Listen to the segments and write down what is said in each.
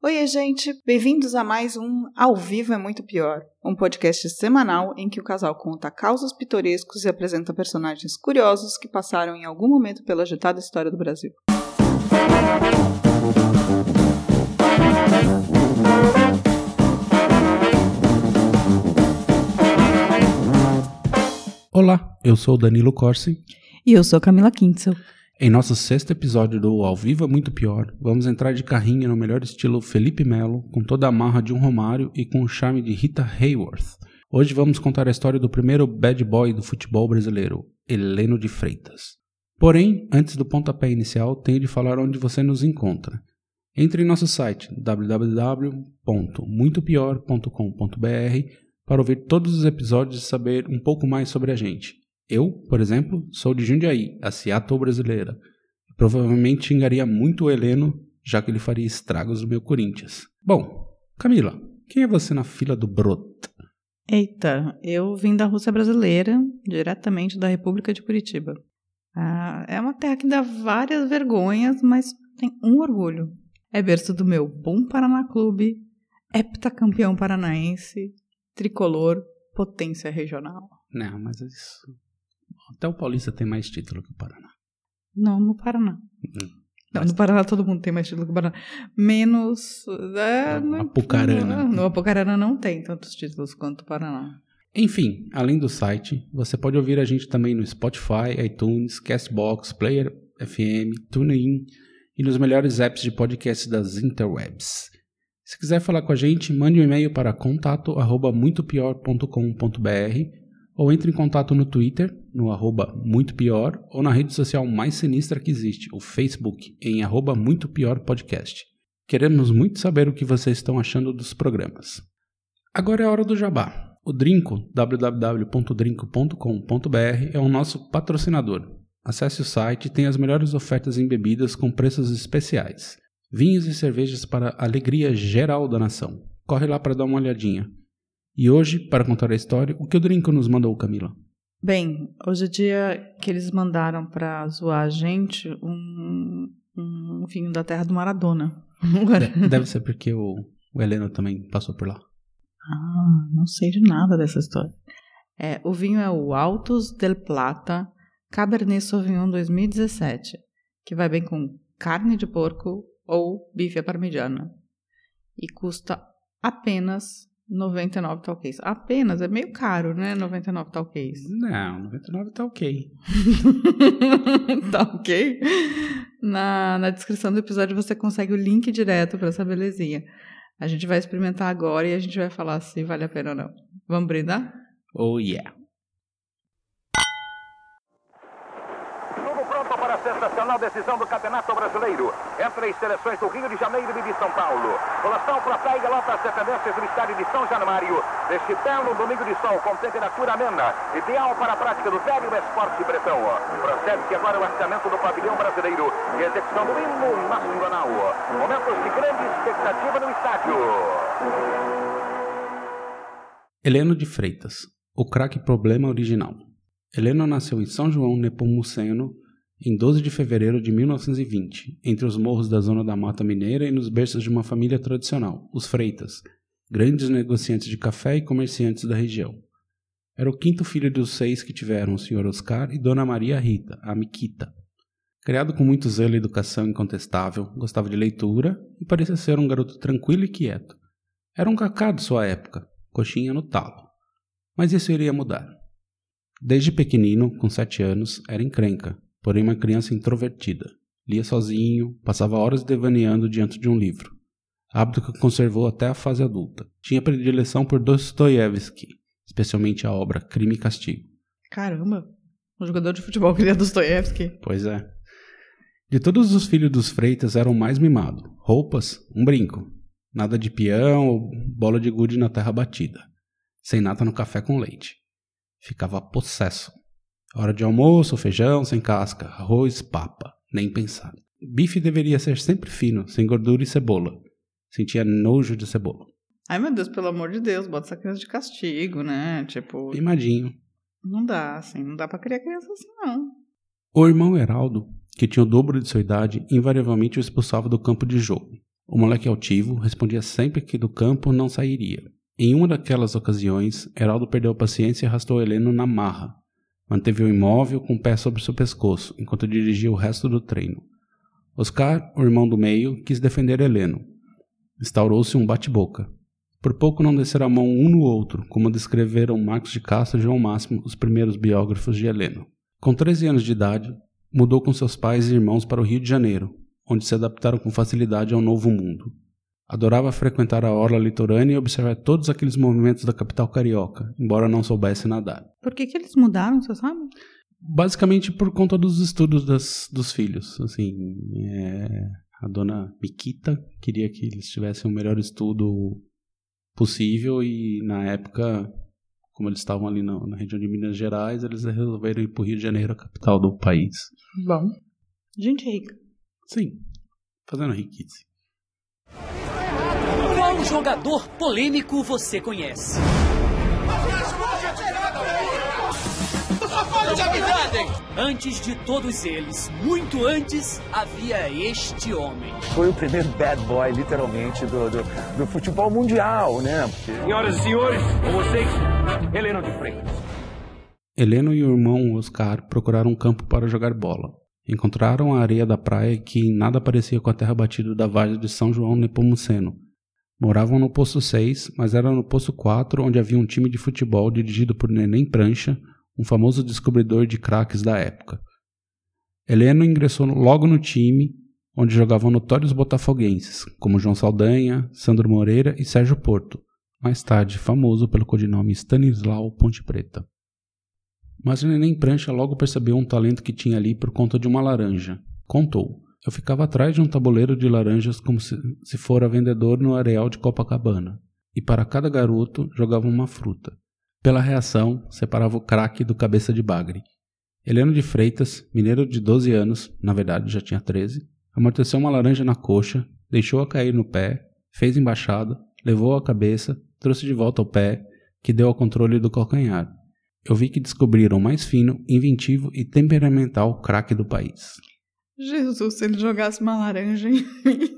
Oi, gente! Bem-vindos a mais um Ao Vivo é Muito Pior, um podcast semanal em que o casal conta causos pitorescos e apresenta personagens curiosos que passaram em algum momento pela agitada história do Brasil. Olá, eu sou o Danilo Corsi. E eu sou Camila Kintzel. Em nosso 6º episódio do Ao Vivo é Muito Pior, vamos entrar de carrinho no melhor estilo Felipe Melo, com toda a marra de um Romário e com o charme de Rita Hayworth. Hoje vamos contar a história do primeiro bad boy do futebol brasileiro, Heleno de Freitas. Porém, antes do pontapé inicial, tenho de falar onde você nos encontra. Entre em nosso site www.muitopior.com.br para ouvir todos os episódios e saber um pouco mais sobre a gente. Eu, por exemplo, sou de Jundiaí, a Seattle brasileira. E provavelmente xingaria muito o Heleno, já que ele faria estragos no meu Corinthians. Bom, Camila, quem é você na fila do Brot? Eita, eu vim da Rússia brasileira, diretamente da República de Curitiba. É uma terra que dá várias vergonhas, mas tem um orgulho. É berço do meu Bom Paraná Clube, heptacampeão paranaense, tricolor, potência regional. Não, mas isso... Até o Paulista tem mais título que o Paraná. Não, no Paraná. Não, no Paraná todo mundo tem mais título que o Paraná. Menos... no Apucarana. No Apucarana não tem tantos títulos quanto o Paraná. Enfim, além do site, você pode ouvir a gente também no Spotify, iTunes, Castbox, Player FM, TuneIn e nos melhores apps de podcast das interwebs. Se quiser falar com a gente, mande um e-mail para contato@muitopior.com.br ou entre em contato no Twitter, no @muitopior, ou na rede social mais sinistra que existe, o Facebook, em @muitopiorpodcast. Queremos muito saber o que vocês estão achando dos programas. Agora é a hora do jabá. O Drinco, www.drinco.com.br, é o nosso patrocinador. Acesse o site e tem as melhores ofertas em bebidas com preços especiais. Vinhos e cervejas para a alegria geral da nação. Corre lá para dar uma olhadinha. E hoje, para contar a história, o que o Drinco nos mandou, Camila? Bem, hoje é dia que eles mandaram para zoar a gente um vinho da terra do Maradona. Deve ser porque o Heleno também passou por lá. Não sei de nada dessa história. O vinho é o Altos del Plata Cabernet Sauvignon 2017, que vai bem com carne de porco ou bife à parmegiana. E custa apenas 99 talquês. Apenas, é meio caro, né? 99 talquês. Não, 99 tá ok. Tá ok? Na descrição do episódio você consegue o link direto para essa belezinha. A gente vai experimentar agora e a gente vai falar se vale a pena ou não. Vamos brindar? Oh yeah. Para a sensacional decisão do Campeonato Brasileiro entre as seleções do Rio de Janeiro e de São Paulo. Colação para a e galota as dependências do estádio de São Januário. Neste belo domingo de sol com temperatura amena, ideal para a prática do velho esporte bretão. Procede-se agora o acionamento do pavilhão brasileiro e a execução do hino nacional. Momentos de grande expectativa no estádio. Heleno de Freitas, o craque problema original. Heleno nasceu em São João Nepomuceno em 12 de fevereiro de 1920, entre os morros da zona da Mata Mineira e nos berços de uma família tradicional, os Freitas, grandes negociantes de café e comerciantes da região. Era o 5º filho dos 6 que tiveram o Sr. Oscar e Dona Maria Rita, a Miquita. Criado com muito zelo e educação incontestável, gostava de leitura e parecia ser um garoto tranquilo e quieto. Era um cacá de sua época, coxinha no talo. Mas isso iria mudar. Desde pequenino, com 7 anos, era encrenca, porém uma criança introvertida. Lia sozinho, passava horas devaneando diante de um livro. Hábito que conservou até a fase adulta. Tinha predileção por Dostoiévski, especialmente a obra Crime e Castigo. Caramba, um jogador de futebol que lia Dostoiévski. Pois é. De todos os filhos dos Freitas era o mais mimado. Roupas, um brinco. Nada de peão ou bola de gude na terra batida. Sem nata no café com leite. Ficava possesso. Hora de almoço, feijão, sem casca, arroz, papa, nem pensar. Bife deveria ser sempre fino, sem gordura e cebola. Sentia nojo de cebola. Ai, meu Deus, pelo amor de Deus, bota essa criança de castigo, né? Tipo... Mimadinho. Não dá, assim, não dá pra criar criança assim, não. O irmão Heraldo, que tinha o dobro de sua idade, invariavelmente o expulsava do campo de jogo. O moleque altivo respondia sempre que do campo não sairia. Em uma daquelas ocasiões, Heraldo perdeu a paciência e arrastou Heleno na marra. Manteve-o imóvel com o pé sobre seu pescoço, enquanto dirigia o resto do treino. Oscar, o irmão do meio, quis defender Heleno. Instaurou-se um bate-boca. Por pouco não desceram a mão um no outro, como descreveram Marcos de Castro e João Máximo, os primeiros biógrafos de Heleno. Com 13 anos de idade, mudou com seus pais e irmãos para o Rio de Janeiro, onde se adaptaram com facilidade ao novo mundo. Adorava frequentar a orla litorânea e observar todos aqueles movimentos da capital carioca, embora não soubesse nadar. Por que eles mudaram, você sabe? Basicamente por conta dos estudos dos filhos. Assim, a dona Miquita queria que eles tivessem o melhor estudo possível e, na época, como eles estavam ali na região de Minas Gerais, eles resolveram ir para o Rio de Janeiro, a capital do país. Bom, gente rica. Sim, fazendo riquice. Qual jogador polêmico você conhece? Antes de todos eles, muito antes, havia este homem. Foi o primeiro bad boy, literalmente, do futebol mundial, né? Senhoras e senhores, com vocês, Heleno de Freitas. Heleno e o irmão Oscar procuraram um campo para jogar bola. Encontraram a areia da praia que em nada parecia com a terra batida da várzea de São João Nepomuceno. Moravam no posto 6, mas era no posto 4 onde havia um time de futebol dirigido por Neném Prancha, um famoso descobridor de craques da época. Heleno ingressou logo no time, onde jogavam notórios botafoguenses, como João Saldanha, Sandro Moreira e Sérgio Porto, mais tarde famoso pelo codinome Stanislau Ponte Preta. Mas Neném Prancha logo percebeu um talento que tinha ali por conta de uma laranja. Contou: eu ficava atrás de um tabuleiro de laranjas como se fora vendedor no areal de Copacabana, e para cada garoto jogava uma fruta. Pela reação, separava o craque do cabeça de bagre. Heleno de Freitas, mineiro de 12 anos, na verdade já tinha 13, amorteceu uma laranja na coxa, deixou-a cair no pé, fez embaixada, levou a cabeça, trouxe de volta ao pé, que deu ao controle do calcanhar. Eu vi que descobriram o mais fino, inventivo e temperamental craque do país. Jesus, se ele jogasse uma laranja em mim.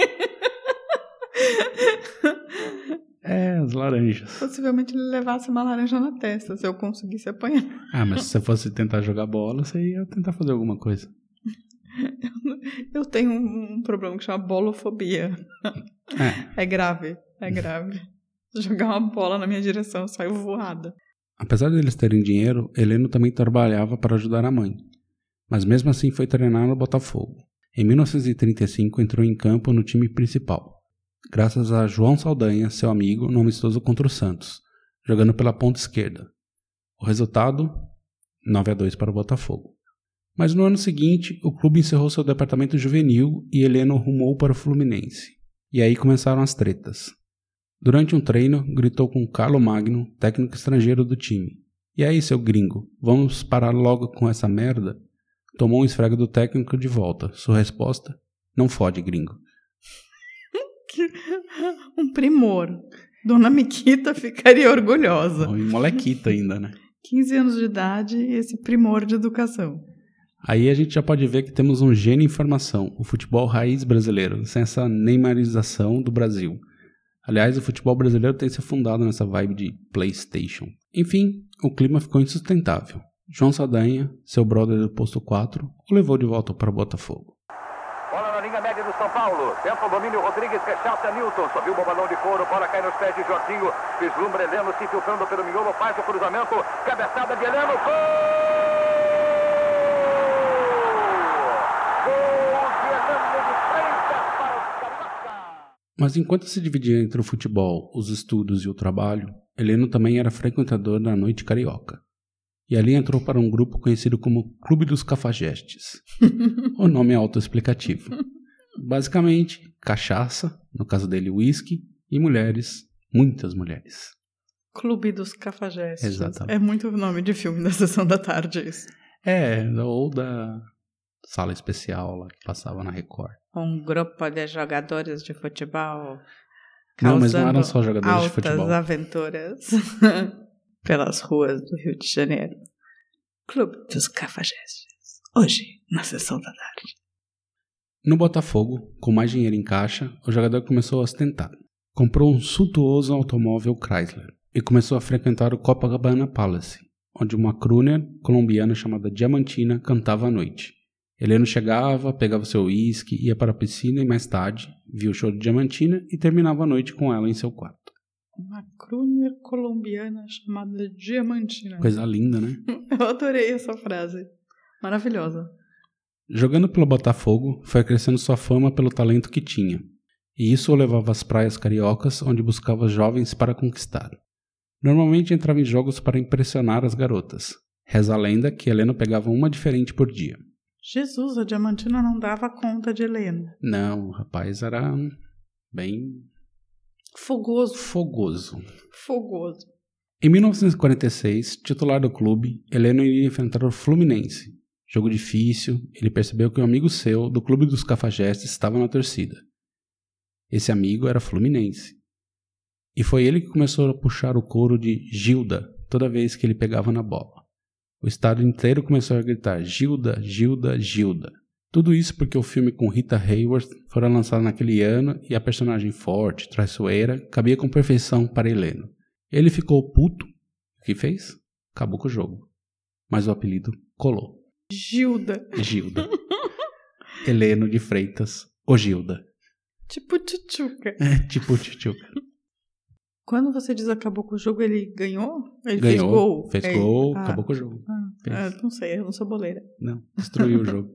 As laranjas. Possivelmente ele levasse uma laranja na testa, se eu conseguisse apanhar. Mas se você fosse tentar jogar bola, você ia tentar fazer alguma coisa. Eu tenho um problema que chama bolofobia. É grave. Jogar uma bola na minha direção, eu saio voada. Apesar deles terem dinheiro, Heleno também trabalhava para ajudar a mãe. Mas mesmo assim foi treinar no Botafogo. Em 1935 entrou em campo no time principal, graças a João Saldanha, seu amigo, no amistoso contra o Santos, jogando pela ponta esquerda. O resultado? 9-2 para o Botafogo. Mas no ano seguinte, o clube encerrou seu departamento juvenil e Heleno rumou para o Fluminense. E aí começaram as tretas. Durante um treino, gritou com Carlo Magno, técnico estrangeiro do time: "E aí, seu gringo, vamos parar logo com essa merda?" Tomou um esfrega do técnico de volta. Sua resposta: "Não fode, gringo." Um primor. Dona Miquita ficaria orgulhosa. E molequita ainda, né? 15 anos de idade e esse primor de educação. Aí a gente já pode ver que temos um gênio em formação, o futebol raiz brasileiro, sem essa neymarização do Brasil. Aliás, o futebol brasileiro tem se afundado nessa vibe de PlayStation. Enfim, o clima ficou insustentável. João Saldanha, seu brother do posto 4, o levou de volta para Botafogo. Bola na linha média do São Paulo. Tenta o domínio, Rodrigues rechaça Newton. Subiu o balão de couro, bola cai nos pés de Jorginho. Vislumbra Heleno se infiltrando pelo miolo, faz o cruzamento. Cabeçada de Heleno. Gol! Gol de Heleno de Freitas para o Carioca. Mas enquanto se dividia entre o futebol, os estudos e o trabalho, Heleno também era frequentador da noite carioca. E ali entrou para um grupo conhecido como Clube dos Cafajestes. O nome é autoexplicativo. Basicamente, cachaça, no caso dele uísque, e mulheres, muitas mulheres. Clube dos Cafajestes. Exatamente. É muito nome de filme da Sessão da Tarde isso. Ou da sala especial lá que passava na Record. Um grupo de jogadores de futebol Não, mas não eram só jogadores de futebol. Altas aventuras pelas ruas do Rio de Janeiro. Clube dos Cafajestes. Hoje, na Sessão da Tarde. No Botafogo, com mais dinheiro em caixa, o jogador começou a ostentar. Comprou um suntuoso automóvel Chrysler e começou a frequentar o Copacabana Palace, onde uma crooner colombiana chamada Diamantina cantava à noite. Heleno chegava, pegava seu uísque, ia para a piscina e mais tarde via o show de Diamantina e terminava a noite com ela em seu quarto. Uma crooner colombiana chamada Diamantina. Coisa linda, né? Eu adorei essa frase. Maravilhosa. Jogando pelo Botafogo, foi crescendo sua fama pelo talento que tinha, e isso o levava às praias cariocas, onde buscava jovens para conquistar. Normalmente entrava em jogos para impressionar as garotas. Reza a lenda que Heleno pegava uma diferente por dia. Jesus, a Diamantina não dava conta de Heleno. Não, o rapaz era bem... Fogoso. Fogoso. Em 1946, titular do clube, Heleno iria enfrentar o Fluminense. Jogo difícil, ele percebeu que um amigo seu, do Clube dos Cafajestes, estava na torcida. Esse amigo era fluminense. E foi ele que começou a puxar o coro de Gilda toda vez que ele pegava na bola. O estado inteiro começou a gritar Gilda, Gilda, Gilda. Tudo isso porque o filme com Rita Hayworth fora lançado naquele ano e a personagem forte, traiçoeira, cabia com perfeição para Heleno. Ele ficou puto. O que fez? Acabou com o jogo. Mas o apelido colou. Gilda. Heleno de Freitas, o Gilda. Tipo Tchutchuca. Tipo Tchutchuca. Quando você diz acabou com o jogo, ele ganhou? Ele ganhou, fez gol? Fez gol, acabou com o jogo. Não sei, eu não sou boleira. Não, destruiu o jogo.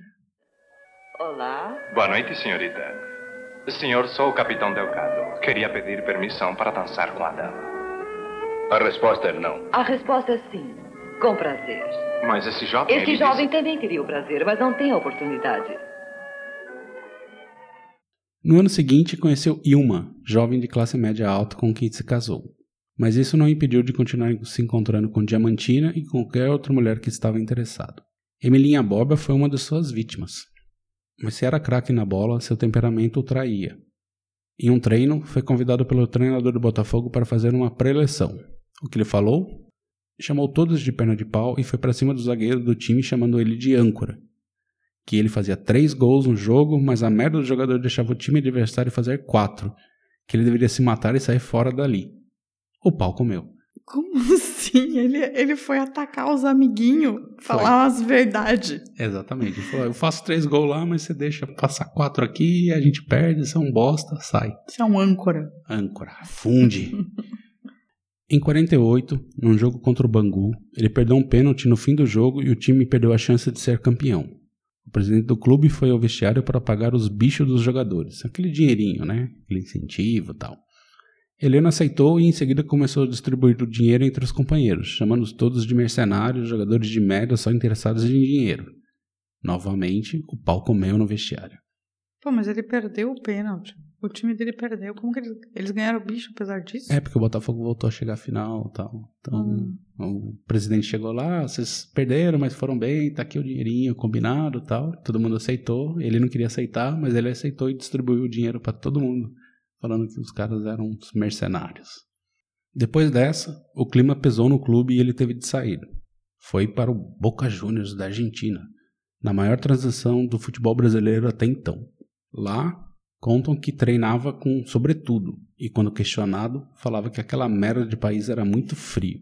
Olá. Boa noite, senhorita. Senhor, sou o capitão Delgado. Queria pedir permissão para dançar com a dama. A resposta é não. A resposta é sim. Com prazer. Mas esse jovem... Esse jovem também queria o prazer, mas não tem a oportunidade. No ano seguinte, conheceu Ilma, jovem de classe média alta com quem se casou. Mas isso não impediu de continuar se encontrando com Diamantina e com qualquer outra mulher que estava interessado. Emilinha Borba foi uma de suas vítimas. Mas se era craque na bola, seu temperamento o traía. Em um treino, foi convidado pelo treinador do Botafogo para fazer uma pré-eleção. O que ele falou? Chamou todos de perna de pau e foi para cima do zagueiro do time chamando ele de âncora. Que ele fazia 3 gols no jogo, mas a merda do jogador deixava o time adversário fazer 4. Que ele deveria se matar e sair fora dali. O pau comeu. Como assim? Ele foi atacar os amiguinhos, falar umas verdades. Exatamente. Ele falou, eu faço 3 gols lá, mas você deixa passar 4 aqui, a gente perde, você é um bosta, sai. Você é um âncora. Âncora, funde. Em 48, num jogo contra o Bangu, ele perdeu um pênalti no fim do jogo e o time perdeu a chance de ser campeão. O presidente do clube foi ao vestiário para pagar os bichos dos jogadores. Aquele dinheirinho, né? Aquele incentivo e tal. Heleno aceitou e em seguida começou a distribuir o dinheiro entre os companheiros, chamando-os todos de mercenários, jogadores de merda só interessados em dinheiro. Novamente, o pau comeu no vestiário. Pô, mas ele perdeu o pênalti. O time dele perdeu. Como que eles ganharam o bicho apesar disso? É, porque o Botafogo voltou a chegar à final e tal. Então, o presidente chegou lá, vocês perderam, mas foram bem, tá aqui o dinheirinho combinado e tal. Todo mundo aceitou. Ele não queria aceitar, mas ele aceitou e distribuiu o dinheiro para todo mundo, falando que os caras eram uns mercenários. Depois dessa, o clima pesou no clube e ele teve de sair. Foi para o Boca Juniors da Argentina, na maior transição do futebol brasileiro até então. Lá, contam que treinava com sobretudo e, quando questionado, falava que aquela merda de país era muito frio.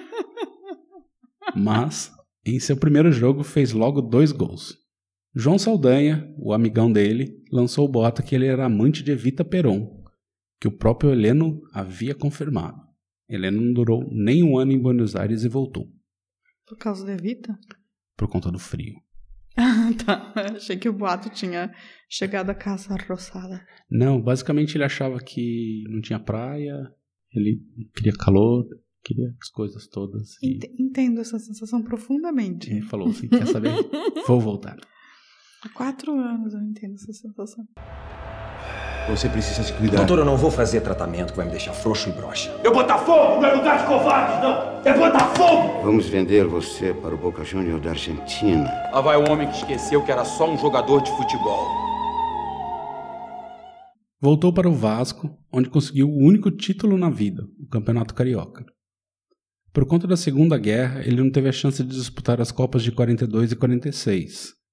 Mas, em seu primeiro jogo, fez logo 2 gols. João Saldanha, o amigão dele, lançou o boato que ele era amante de Evita Peron, que o próprio Heleno havia confirmado. Heleno não durou nem 1 ano em Buenos Aires e voltou. Por causa da Evita? Por conta do frio. Tá, achei que o boato tinha chegado à Casa Rosada. Não, basicamente ele achava que não tinha praia, ele queria calor, queria as coisas todas. E... Entendo essa sensação profundamente. Ele falou assim, quer saber? Vou voltar. Há 4 anos eu entendo essa sensação. Você precisa se cuidar. Doutor, eu não vou fazer tratamento que vai me deixar frouxo e broxa. É Botafogo, não é lugar de covardes, não! É Botafogo! Vamos vender você para o Boca Juniors da Argentina. Lá vai o homem que esqueceu que era só um jogador de futebol. Voltou para o Vasco, onde conseguiu o único título na vida, o Campeonato Carioca. Por conta da Segunda Guerra, ele não teve a chance de disputar as Copas de 42 e 46,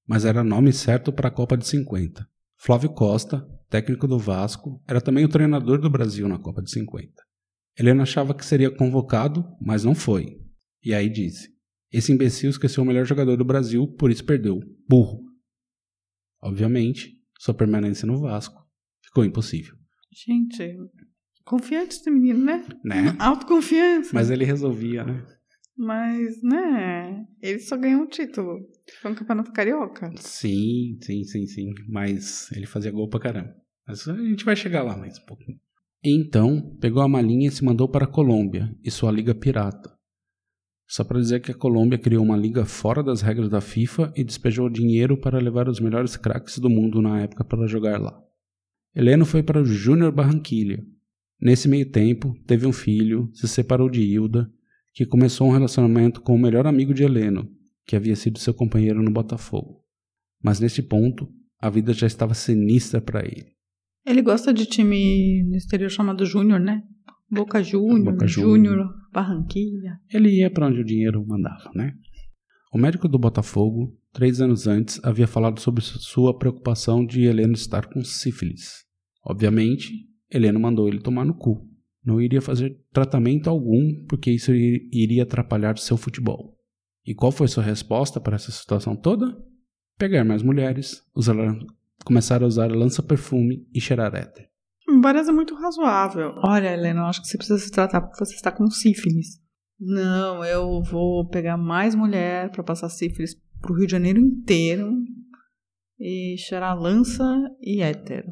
mas era nome certo para a Copa de 50. Flávio Costa, técnico do Vasco, era também o treinador do Brasil na Copa de 50. Heleno achava que seria convocado, mas não foi. E aí disse: esse imbecil esqueceu o melhor jogador do Brasil, por isso perdeu. Burro. Obviamente, sua permanência no Vasco ficou impossível. Gente, confiante esse menino, né? Autoconfiança. Mas ele resolvia, né? Mas, né? Ele só ganhou um título. Foi um campeonato carioca. Sim. Mas ele fazia gol pra caramba. Mas a gente vai chegar lá mais um pouquinho. Então, pegou a malinha e se mandou para a Colômbia e sua liga pirata. Só para dizer que a Colômbia criou uma liga fora das regras da FIFA e despejou dinheiro para levar os melhores craques do mundo na época para jogar lá. Heleno foi para o Júnior Barranquilla. Nesse meio tempo, teve um filho, se separou de Hilda, que começou um relacionamento com o melhor amigo de Heleno, que havia sido seu companheiro no Botafogo. Mas nesse ponto, a vida já estava sinistra para ele. Ele gosta de time no exterior chamado Júnior, né? Boca Júnior, Barranquilla. Ele ia para onde o dinheiro mandava, né? O médico do Botafogo, 3 anos antes, havia falado sobre sua preocupação de Heleno estar com sífilis. Obviamente, Heleno mandou ele tomar no cu. Não iria fazer tratamento algum, porque isso iria atrapalhar seu futebol. E qual foi sua resposta para essa situação toda? Pegar mais mulheres, começar a usar lança-perfume e cheirar éter. Parece muito razoável. Olha, Helena, eu acho que você precisa se tratar porque você está com sífilis. Não, eu vou pegar mais mulher para passar sífilis pro Rio de Janeiro inteiro e cheirar lança e éter.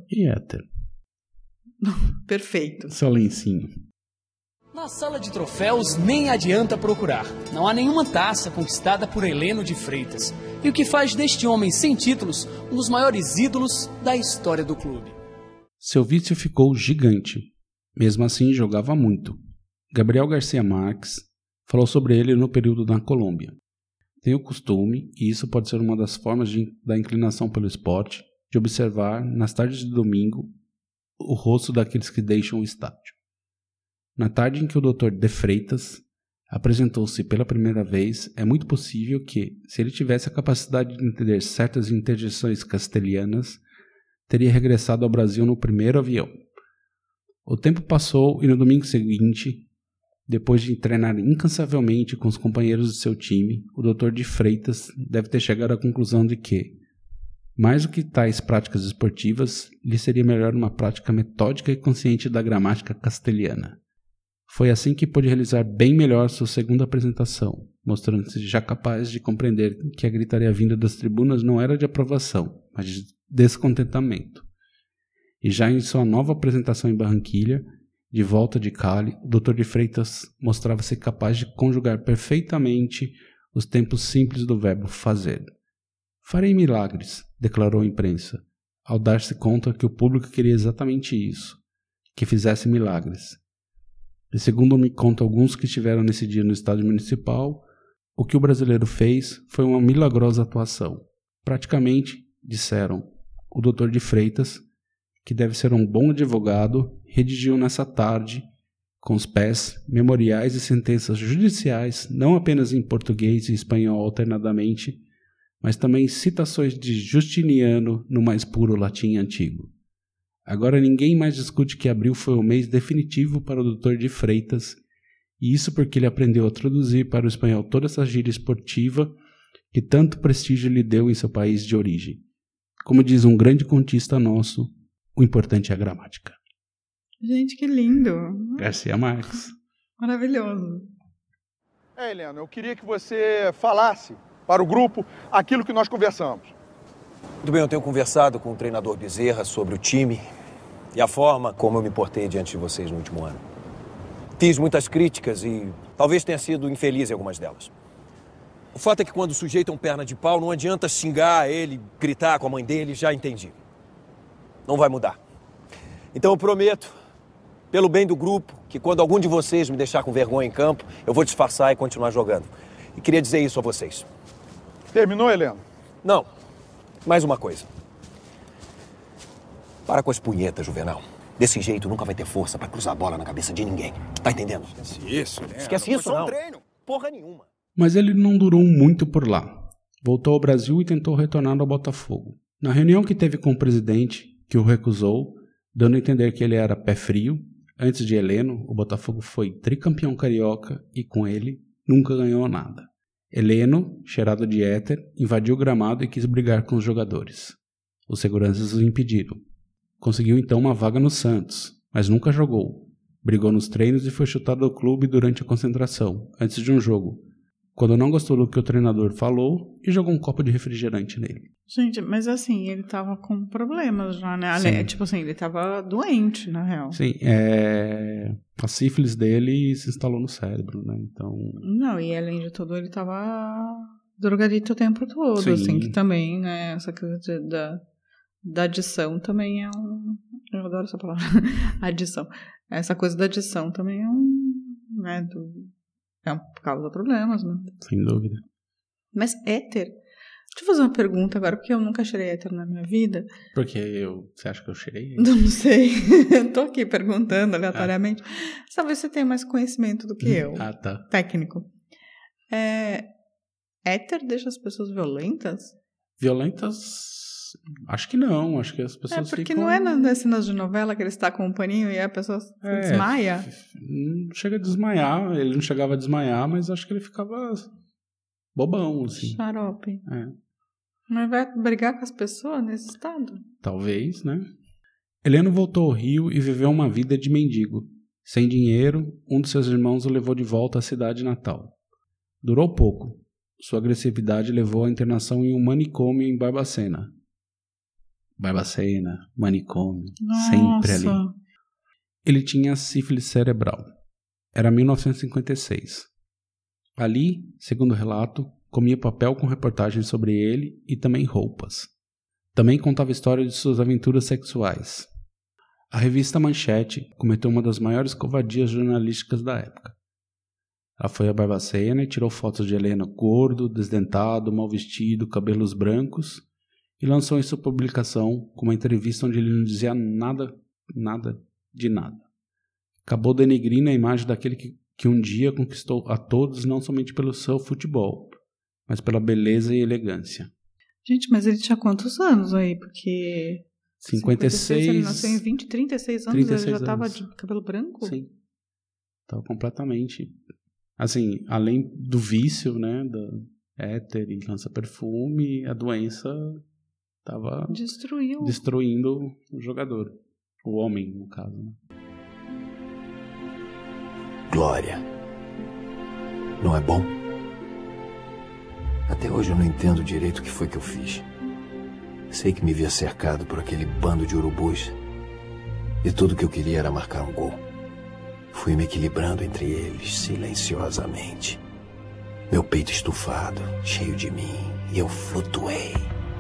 Perfeito. Seu lencinho. Na sala de troféus nem adianta procurar. Não há nenhuma taça conquistada por Heleno de Freitas. E o que faz deste homem sem títulos um dos maiores ídolos da história do clube. Seu vício ficou gigante. Mesmo assim, jogava muito. Gabriel Garcia Marques falou sobre ele no período na Colômbia. Tem o costume, e isso pode ser uma das formas da inclinação pelo esporte, de observar, nas tardes de domingo, o rosto daqueles que deixam o estádio. Na tarde em que o Dr. De Freitas apresentou-se pela primeira vez, é muito possível que, se ele tivesse a capacidade de entender certas interjeições castelhanas, teria regressado ao Brasil no primeiro avião. O tempo passou e no domingo seguinte, depois de treinar incansavelmente com os companheiros de seu time, o Dr. De Freitas deve ter chegado à conclusão de que, mais do que tais práticas esportivas, lhe seria melhor uma prática metódica e consciente da gramática castelhana. Foi assim que pôde realizar bem melhor sua segunda apresentação, mostrando-se já capaz de compreender que a gritaria vinda das tribunas não era de aprovação, mas de descontentamento. E já em sua nova apresentação em Barranquilla, de volta de Cali, o Dr. De Freitas mostrava-se capaz de conjugar perfeitamente os tempos simples do verbo fazer. Farei milagres, declarou à imprensa, ao dar-se conta que o público queria exatamente isso, que fizesse milagres. E segundo me contam alguns que estiveram nesse dia no estádio municipal, o que o brasileiro fez foi uma milagrosa atuação. Praticamente, disseram, o Dr. De Freitas, que deve ser um bom advogado, redigiu nessa tarde, com os pés, memoriais e sentenças judiciais, não apenas em português e espanhol alternadamente, mas também citações de Justiniano no mais puro latim antigo. Agora ninguém mais discute que abril foi o mês definitivo para o Dr. De Freitas, e isso porque ele aprendeu a traduzir para o espanhol toda essa gíria esportiva que tanto prestígio lhe deu em seu país de origem. Como diz um grande contista nosso, o importante é a gramática. Gente, que lindo! Garcia Marques. Maravilhoso. Heleno, eu queria que você falasse para o grupo aquilo que nós conversamos. Muito bem, eu tenho conversado com o treinador Bezerra sobre o time e a forma como eu me portei diante de vocês no último ano. Fiz muitas críticas e talvez tenha sido infeliz em algumas delas. O fato é que quando o sujeito é um perna de pau, não adianta xingar ele, gritar com a mãe dele, já entendi. Não vai mudar. Então eu prometo, pelo bem do grupo, que quando algum de vocês me deixar com vergonha em campo, eu vou disfarçar e continuar jogando. E queria dizer isso a vocês. Terminou, Heleno? Não. Mais uma coisa. Para com as punhetas, Juvenal. Desse jeito nunca vai ter força para cruzar a bola na cabeça de ninguém. Tá entendendo? Esquece isso, né? Esquece isso, não. Treino. Porra nenhuma. Mas ele não durou muito por lá. Voltou ao Brasil e tentou retornar ao Botafogo. Na reunião que teve com o presidente, que o recusou, dando a entender que ele era pé frio, antes de Heleno, o Botafogo foi tricampeão carioca e, com ele, nunca ganhou nada. Heleno, cheirado de éter, invadiu o gramado e quis brigar com os jogadores. Os seguranças o impediram. Conseguiu então uma vaga no Santos, mas nunca jogou. Brigou nos treinos e foi chutado do clube durante a concentração, antes de um jogo, quando não gostou do que o treinador falou e jogou um copo de refrigerante nele. Gente, mas assim, ele tava com problemas já, né? Sim. Tipo assim, ele tava doente, na real. Sim, a sífilis dele se instalou no cérebro, né? Então... Não, e além de tudo, ele tava drogadito o tempo todo, Sim. assim, que também, né, essa coisa da adição também é um... Eu adoro essa palavra, adição. Essa coisa da adição também é né, causa problemas, né? Sem dúvida. Mas éter... Deixa eu fazer uma pergunta agora, porque eu nunca cheirei éter na minha vida. Porque você acha que eu cheirei? Não sei. Tô aqui perguntando aleatoriamente. Talvez você tenha mais conhecimento do que eu. Ah, tá. Técnico. Éter deixa as pessoas violentas? Violentas? Acho que não. Acho que as pessoas porque ficam... não é nas cenas de novela que ele está com um paninho e a pessoa desmaia? Não chega a desmaiar. Ele não chegava a desmaiar, mas acho que ele ficava... bobão, assim. Xarope. Mas vai brigar com as pessoas nesse estado? Talvez, né? Heleno voltou ao Rio e viveu uma vida de mendigo. Sem dinheiro, um de seus irmãos o levou de volta à cidade natal. Durou pouco. Sua agressividade levou à internação em um manicômio em Barbacena. Manicômio, sempre ali. Ele tinha sífilis cerebral. Era 1956. Ali, segundo o relato, comia papel com reportagens sobre ele e também roupas. Também contava histórias de suas aventuras sexuais. A revista Manchete cometeu uma das maiores covardias jornalísticas da época. Ela foi a Barbacena e tirou fotos de Heleno gordo, desdentado, mal vestido, cabelos brancos, e lançou em sua publicação com uma entrevista onde ele não dizia nada de nada. Acabou denegrindo a imagem daquele que um dia conquistou a todos não somente pelo seu futebol, mas pela beleza e elegância. Gente, mas ele tinha quantos anos aí? Porque... 56... Ele nasceu em 36 anos, 36 ele já estava de cabelo branco? Sim. Estava completamente... Assim, além do vício, né, do éter e lança-perfume, a doença estava destruindo o jogador. O homem, no caso, né? Glória. Não é bom? Até hoje eu não entendo direito o que foi que eu fiz. Sei que me via cercado por aquele bando de urubus e tudo que eu queria era marcar um gol. Fui me equilibrando entre eles, silenciosamente. Meu peito estufado, cheio de mim, e eu flutuei.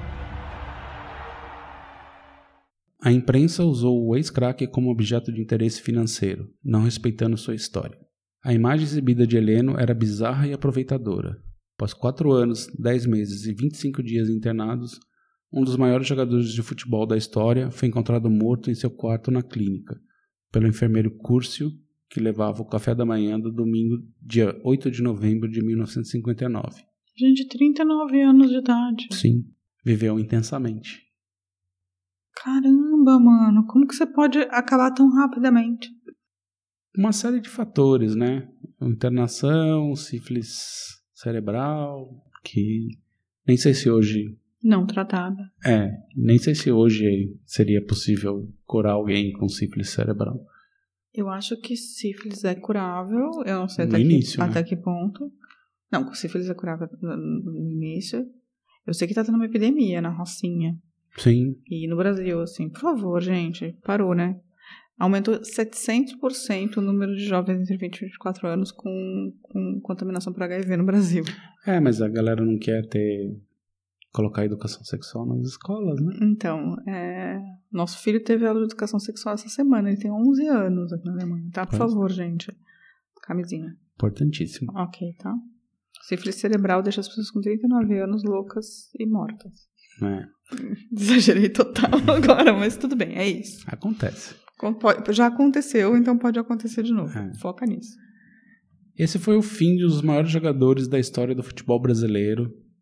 A imprensa usou o ex-craque como objeto de interesse financeiro, não respeitando sua história. A imagem exibida de Heleno era bizarra e aproveitadora. Após 4 anos, 10 meses e 25 dias internados, um dos maiores jogadores de futebol da história foi encontrado morto em seu quarto na clínica, pelo enfermeiro Cúrcio, que levava o café da manhã do domingo, dia 8 de novembro de 1959. Gente, 39 anos de idade. Sim, viveu intensamente. Caramba, mano, como que você pode acabar tão rapidamente? Uma série de fatores, né? Internação, sífilis cerebral, que nem sei se hoje... Não tratada. Nem sei se hoje seria possível curar alguém com sífilis cerebral. Eu acho que sífilis é curável, eu não sei até que ponto. Não, sífilis é curável no início. Eu sei que tá tendo uma epidemia na Rocinha. Sim. E no Brasil, assim, por favor, gente, parou, né? Aumentou 700% o número de jovens entre 20 e 24 anos com contaminação por HIV no Brasil. Mas a galera não quer colocar educação sexual nas escolas, né? Então, nosso filho teve aula de educação sexual essa semana, ele tem 11 anos aqui na Alemanha, tá? Por favor, gente, camisinha. Importantíssimo. Ok, tá? Sífilis cerebral deixa as pessoas com 39 anos loucas e mortas. Exagerei total agora, mas tudo bem, é isso. Acontece. Já aconteceu, então pode acontecer de novo. Foca nisso. Esse foi o fim dos maiores jogadores da história do futebol brasileiro.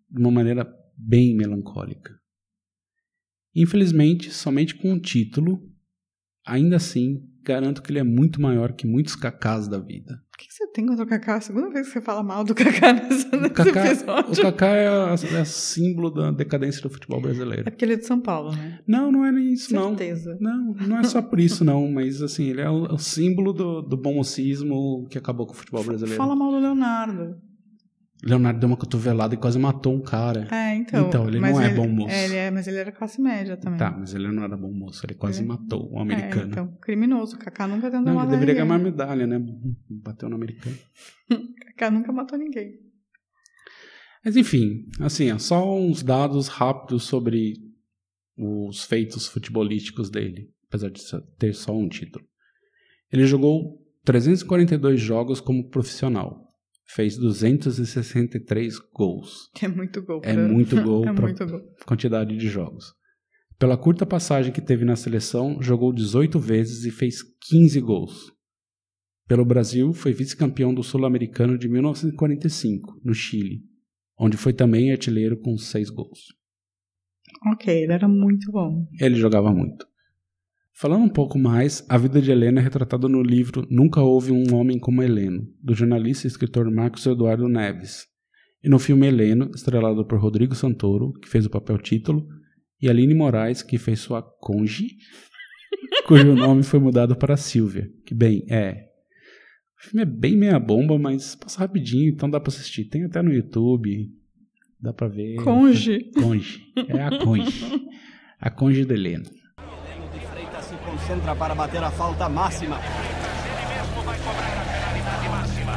de uma maneira bem melancólica. Infelizmente, somente com um título, ainda assim, garanto que ele é muito maior que muitos Kakás da vida. O que você tem contra o Kaká? A segunda vez que você fala mal do Kaká nesse episódio. O Kaká é símbolo da decadência do futebol brasileiro. É porque ele é de São Paulo, né? Não é nem isso, Certeza. Não é só por isso, não. Mas, assim, ele é o símbolo do bom mocismo que acabou com o futebol brasileiro. Fala mal do Leonardo. Leonardo deu uma cotovelada e quase matou um cara. Então ele não é bom moço. Mas ele era classe média também. Tá, mas ele não era bom moço. Ele quase matou um americano. Então, criminoso. O Kaká nunca tentou matar ele deveria ganhar ninguém. uma medalha, né? Bateu no americano. Kaká nunca matou ninguém. Mas enfim, assim, só uns dados rápidos sobre os feitos futebolísticos dele. Apesar de ter só um título. Ele jogou 342 jogos como profissional. Fez 263 gols. É muito gol. É muito gol é para muito gol. Quantidade de jogos. Pela curta passagem que teve na seleção, jogou 18 vezes e fez 15 gols. Pelo Brasil, foi vice-campeão do Sul-Americano de 1945, no Chile, onde foi também artilheiro com 6 gols. Ok, ele era muito bom. Ele jogava muito. Falando um pouco mais, a vida de Heleno é retratada no livro Nunca Houve um Homem como Heleno, do jornalista e escritor Marcos Eduardo Neves, e no filme Heleno, estrelado por Rodrigo Santoro, que fez o papel título, e Aline Moraes, que fez sua cônjuge, cujo nome foi mudado para Silvia, que bem, o filme é bem meia bomba, mas passa rapidinho, então dá pra assistir. Tem até no YouTube, dá pra ver. Cônjuge. É a cônjuge. A cônjuge de Heleno. Se concentra para bater a falta máxima. Ele mesmo vai cobrar a penalidade máxima.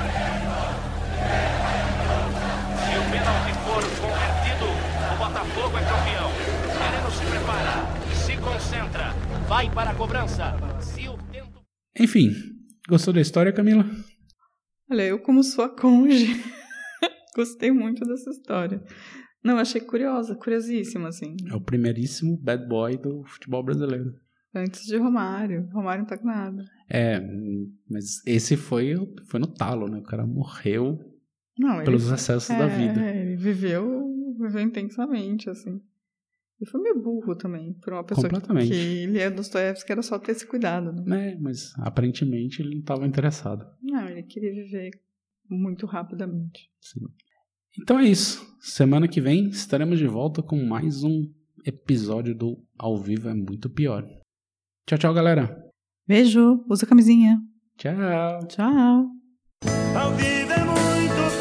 Se o pênalti for convertido, o Botafogo é campeão. Heleno se prepara, se concentra, vai para a cobrança. Se o tento... Enfim, gostou da história, Camila? Olha, eu como sua cônjuge, gostei muito dessa história. Não, achei curiosíssima, assim. É o primeiríssimo bad boy do futebol brasileiro. Antes de Romário. Romário não tá com nada. Mas esse foi no talo, né? O cara morreu pelos excessos da vida. Ele viveu intensamente, assim. E foi meio burro também, por uma pessoa que lia Dostoiévski, era só ter esse cuidado, né? Mas aparentemente ele não estava interessado. Não, ele queria viver muito rapidamente. Sim. Então é isso. Semana que vem estaremos de volta com mais um episódio do Ao Vivo é Muito Pior. Tchau, galera. Beijo. Usa camisinha. Tchau. Tchau. Ao vivo é muito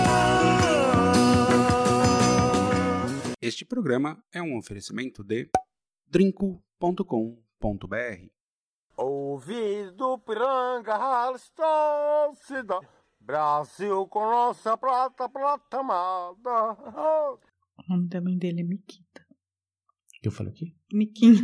pior. Este programa é um oferecimento de drinco.com.br. Ouvido Piranga, Halston, Brasil com nossa prata amada. O nome da mãe dele é Miquita. O que eu falei aqui? Miquinha.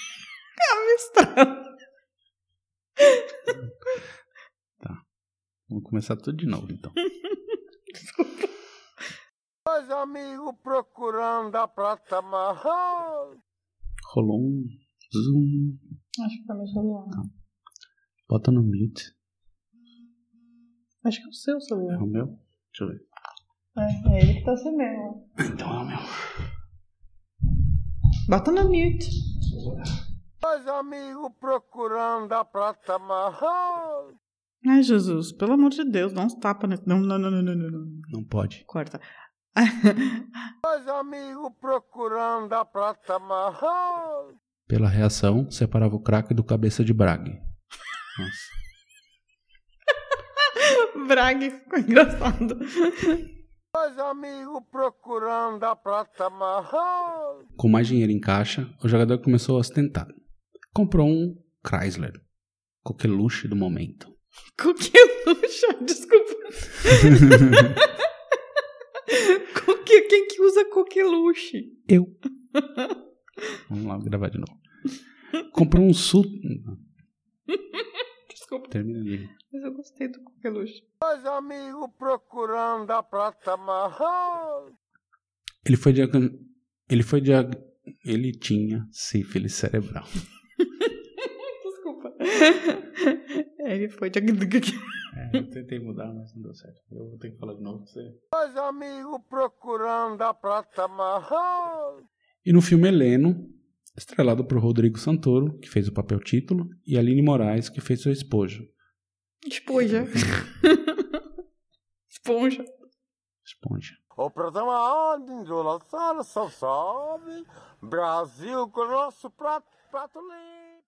Tá. Vamos começar tudo de novo, então. Desculpa. Dois amigos procurando a prata amarrada. Rolou um zoom. Acho que tá meu celular. Não. Bota no mute. Acho que é o seu celular. É o meu? Deixa eu ver. É ele que tá sem meu. Então é o meu. Bota no mute. Dois amigos procurando a prata amarrada. Ai, Jesus, pelo amor de Deus, dá uns tapas nesse... Não. Não pode. Corta. Dois amigos procurando a prata amarrada. Pela reação, separava o craque do cabeça de Braga. Nossa. Braga ficou engraçado. Dois amigos procurando a prata amarrada. Com mais dinheiro em caixa, o jogador começou a ostentar. Comprou um Chrysler. Coqueluche do momento. Coqueluche? Desculpa. Quem que usa coqueluche? Eu. Vamos lá, gravar de novo. Comprou um Desculpa. Termina ali. Mas eu gostei do coqueluche. Dois amigos procurando a prata amarrada. Ele tinha sífilis cerebral. Desculpa. Ele foi Eu tentei mudar, mas não deu certo. Eu vou ter que falar de novo pra você. Dois amigos procurando a prata marrom. E no filme Heleno, estrelado por Rodrigo Santoro, que fez o papel título, e Aline Moraes, que fez seu esposo. Esponja. Esponja. Esponja. O programa onde o lançado só sobe. Brasil com o nosso prato lindo.